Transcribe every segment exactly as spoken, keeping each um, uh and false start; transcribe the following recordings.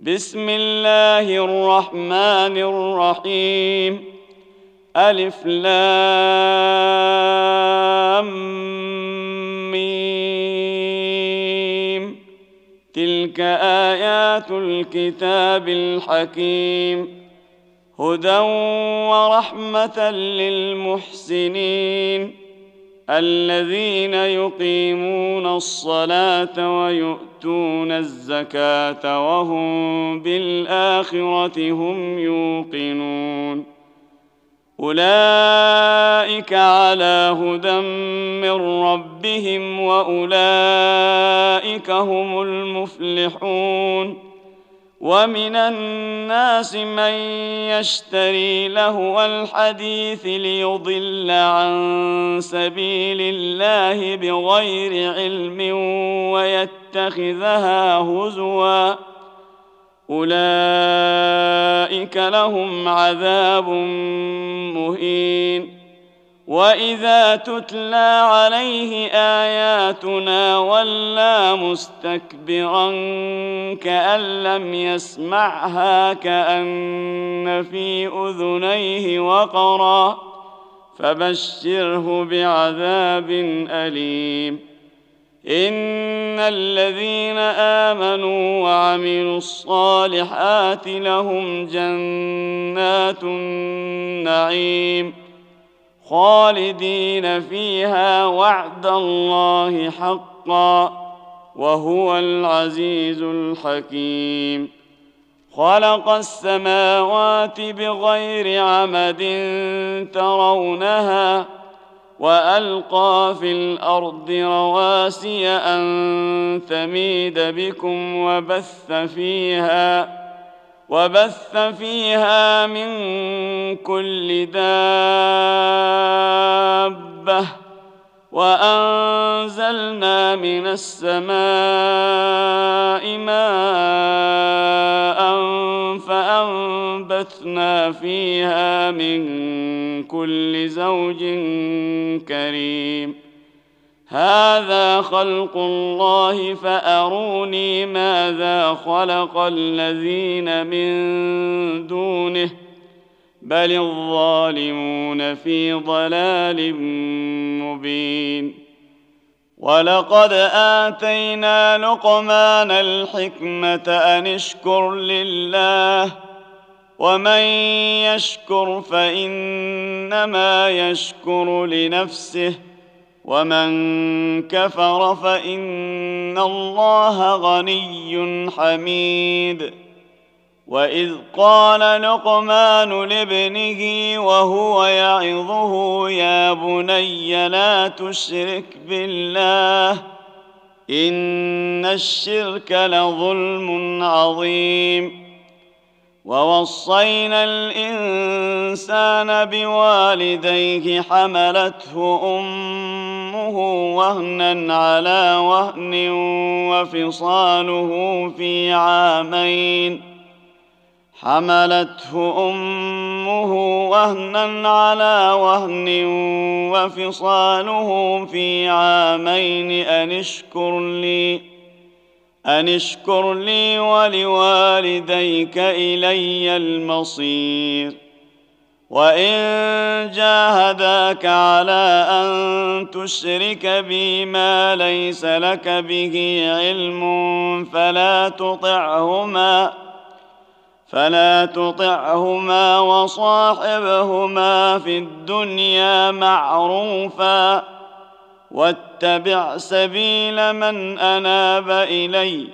بسم الله الرحمن الرحيم. ألف لام ميم. تلك آيات الكتاب الحكيم، هدى ورحمة للمحسنين الذين يقيمون الصلاة ويؤتون الزكاة وهم بالآخرة هم يوقنون. أولئك على هدى من ربهم وأولئك هم المفلحون. ومن الناس من يشتري لهو الحديث ليضل عن سبيل الله بغير علم ويتخذها هزوا، أولئك لهم عذاب مهين. وإذا تتلى عليه آياتنا ولى مستكبرا كأن لم يسمعها كأن في أذنيه وقرا، فبشره بعذاب أليم. إن الذين آمنوا وعملوا الصالحات لهم جنات النعيم خالدين فيها وعد الله حقا، وهو العزيز الحكيم. خلق السماوات بغير عمد ترونها وألقى في الأرض رواسي أن تميد بكم وبث فيها وبث فيها من كل دابة، وأنزلنا من السماء ماء فأنبتنا فيها من كل زوج كريم. هذا خلق الله فأروني ماذا خلق الذين من دونه، بل الظالمون في ضلال مبين. ولقد آتينا لقمان الحكمة أن اشكر لله، ومن يشكر فإنما يشكر لنفسه، ومن كفر فإن الله غني حميد. وإذ قال لقمان لابنه وهو يعظه يا بني لا تشرك بالله إن الشرك لظلم عظيم. ووصينا الإنسان بوالديه حملته أمه وهنا على وهن وفصاله في عامين حملته أمه وهنا على وهن وفصاله في عامين أن اشكر لي أن اشكر لي ولوالديك إلي المصير. وإن جاهداك على أن تشرك بي ما ليس لك به علم فلا تطعهما فلا تطعهما وصاحبهما في الدنيا معروفا، واتبع سبيل من أناب إلي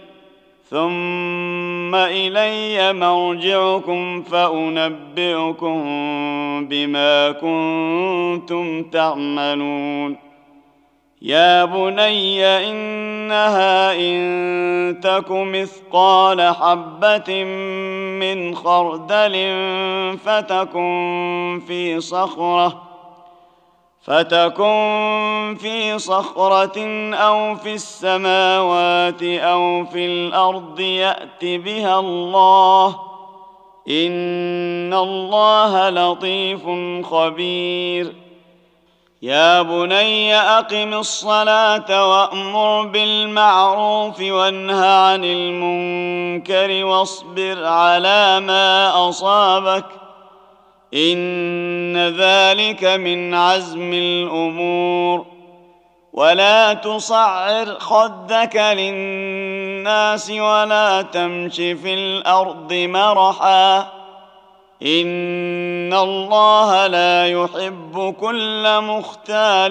ثم إلي مرجعكم فأنبئكم بما كنتم تعملون. يا بني إنها إن تك مثقال حبة من خردل فتكن في صخرة فتكن في صخرة أو في السماوات أو في الأرض يأت بها الله إن الله لطيف خبير. يا بني أقم الصلاة وأمر بالمعروف وانه عن المنكر واصبر على ما أصابك إن ذلك من عزم الأمور ولا تصعر خدك للناس ولا تمش في الأرض مرحا إن الله لا يحب كل مختال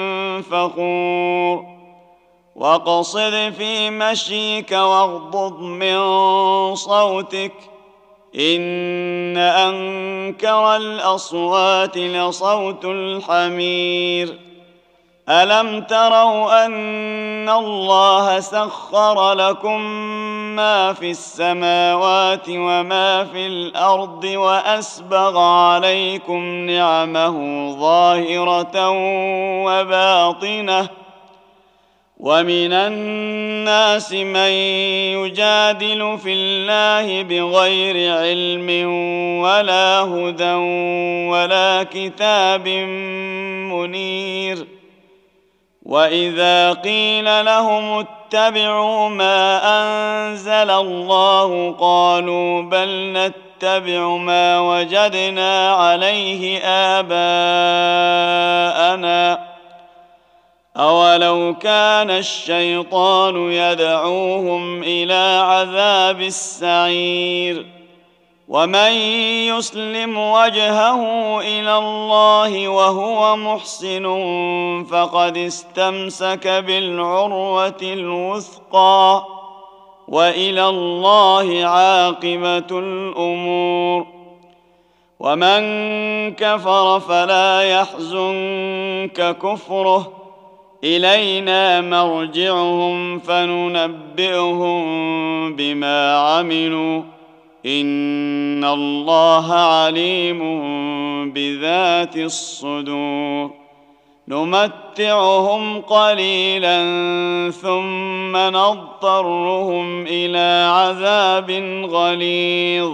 فخور واقصد في مشيك واغضض من صوتك إن أنكر الأصوات لصوت الحمير ألم تروا أن الله سخر لكم ما في السماوات وما في الأرض وأسبغ عليكم نعمه ظاهرة وباطنة ومن الناس من يجادل في الله بغير علم ولا هدى ولا كتاب منير وإذا قيل لهم اتبعوا ما أنزل الله قالوا بل نتبع ما وجدنا عليه آباءنا أولو كان الشيطان يدعوهم إلى عذاب السعير ومن يسلم وجهه إلى الله وهو محسن فقد استمسك بالعروة الوثقى وإلى الله عاقبة الأمور ومن كفر فلا يحزنك كفره إلينا مرجعهم فننبئهم بما عملوا إن الله عليم بذات الصدور نمتعهم قليلا ثم نضطرهم إلى عذاب غليظ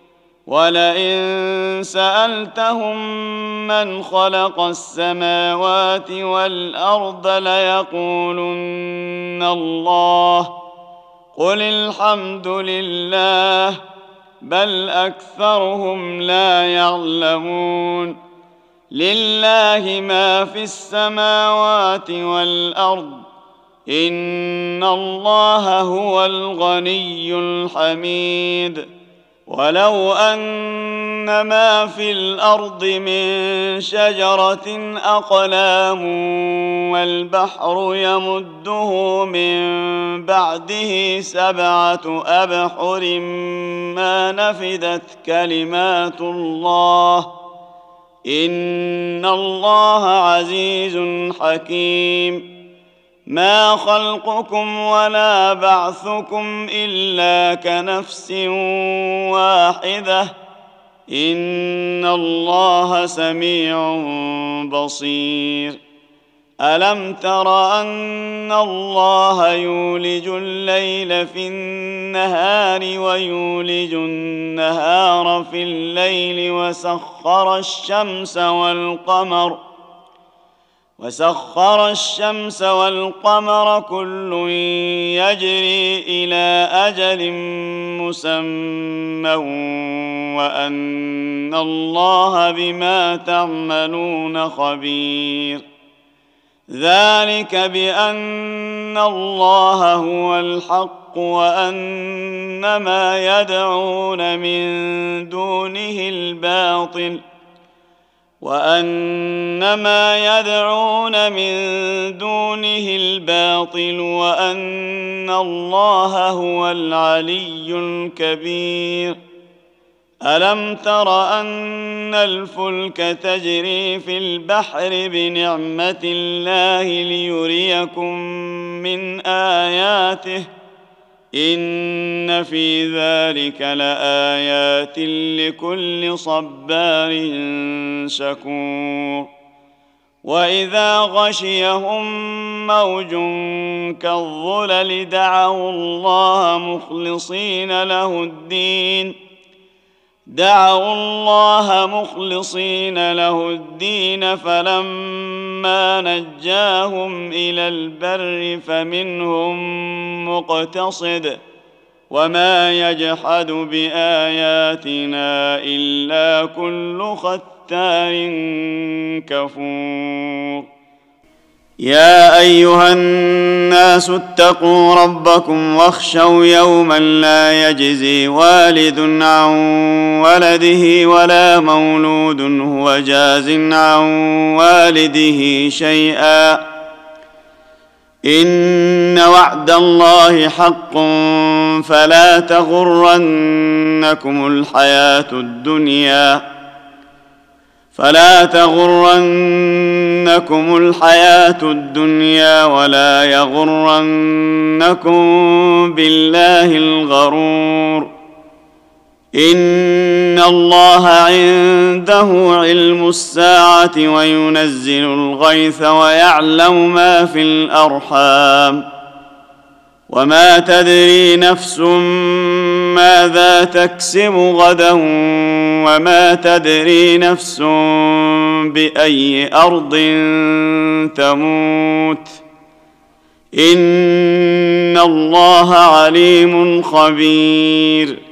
ولئن سألتهم من خلق السماوات والأرض ليقولن الله قل الحمد لله بل أكثرهم لا يعلمون لله ما في السماوات والأرض إن الله هو الغني الحميد ولو أن ما في الأرض من شجرة أقلام والبحر يمده من بعده سبعة أبحر ما نفدت كلمات الله إن الله عزيز حكيم ما خلقكم ولا بعثكم إلا كنفس واحدة إن الله سميع بصير ألم تر أن الله يولج الليل في النهار ويولج النهار في الليل وسخر الشمس والقمر وسخر الشمس والقمر كل يجري إلى أجل مسمى وأن الله بما تعملون خبير ذلك بأن الله هو الحق وأن ما يدعون من دونه الباطل وأن ما يدعون من دونه الباطل وأن الله هو العلي الكبير ألم تر أن الفلك تجري في البحر بنعمة الله ليريكم من آياته إن في ذلك لآيات لكل صبار شكور وإذا غشيهم موج كالظلل دعوا الله مخلصين له الدين دعوا الله مخلصين له الدين فلما نجاهم إلى البر فمنهم مقتصد وما يجحد بآياتنا إلا كل ختار كفور. يا أيها الناس اتقوا ربكم واخشوا يوما لا يجزي والد عن ولده ولا مولود هو جاز عن والده شيئا إن وعد الله حق فلا تغرنكم الحياة الدنيا فلا تغرنكم الحياة الدنيا ولا يغرنكم بالله الغرور. إن الله عنده علم الساعة وينزل الغيث ويعلم ما في الأرحام وما تدري نفس ماذا تكسب غدا وما تدري نفس بأي أرض تموت إن الله عليم خبير.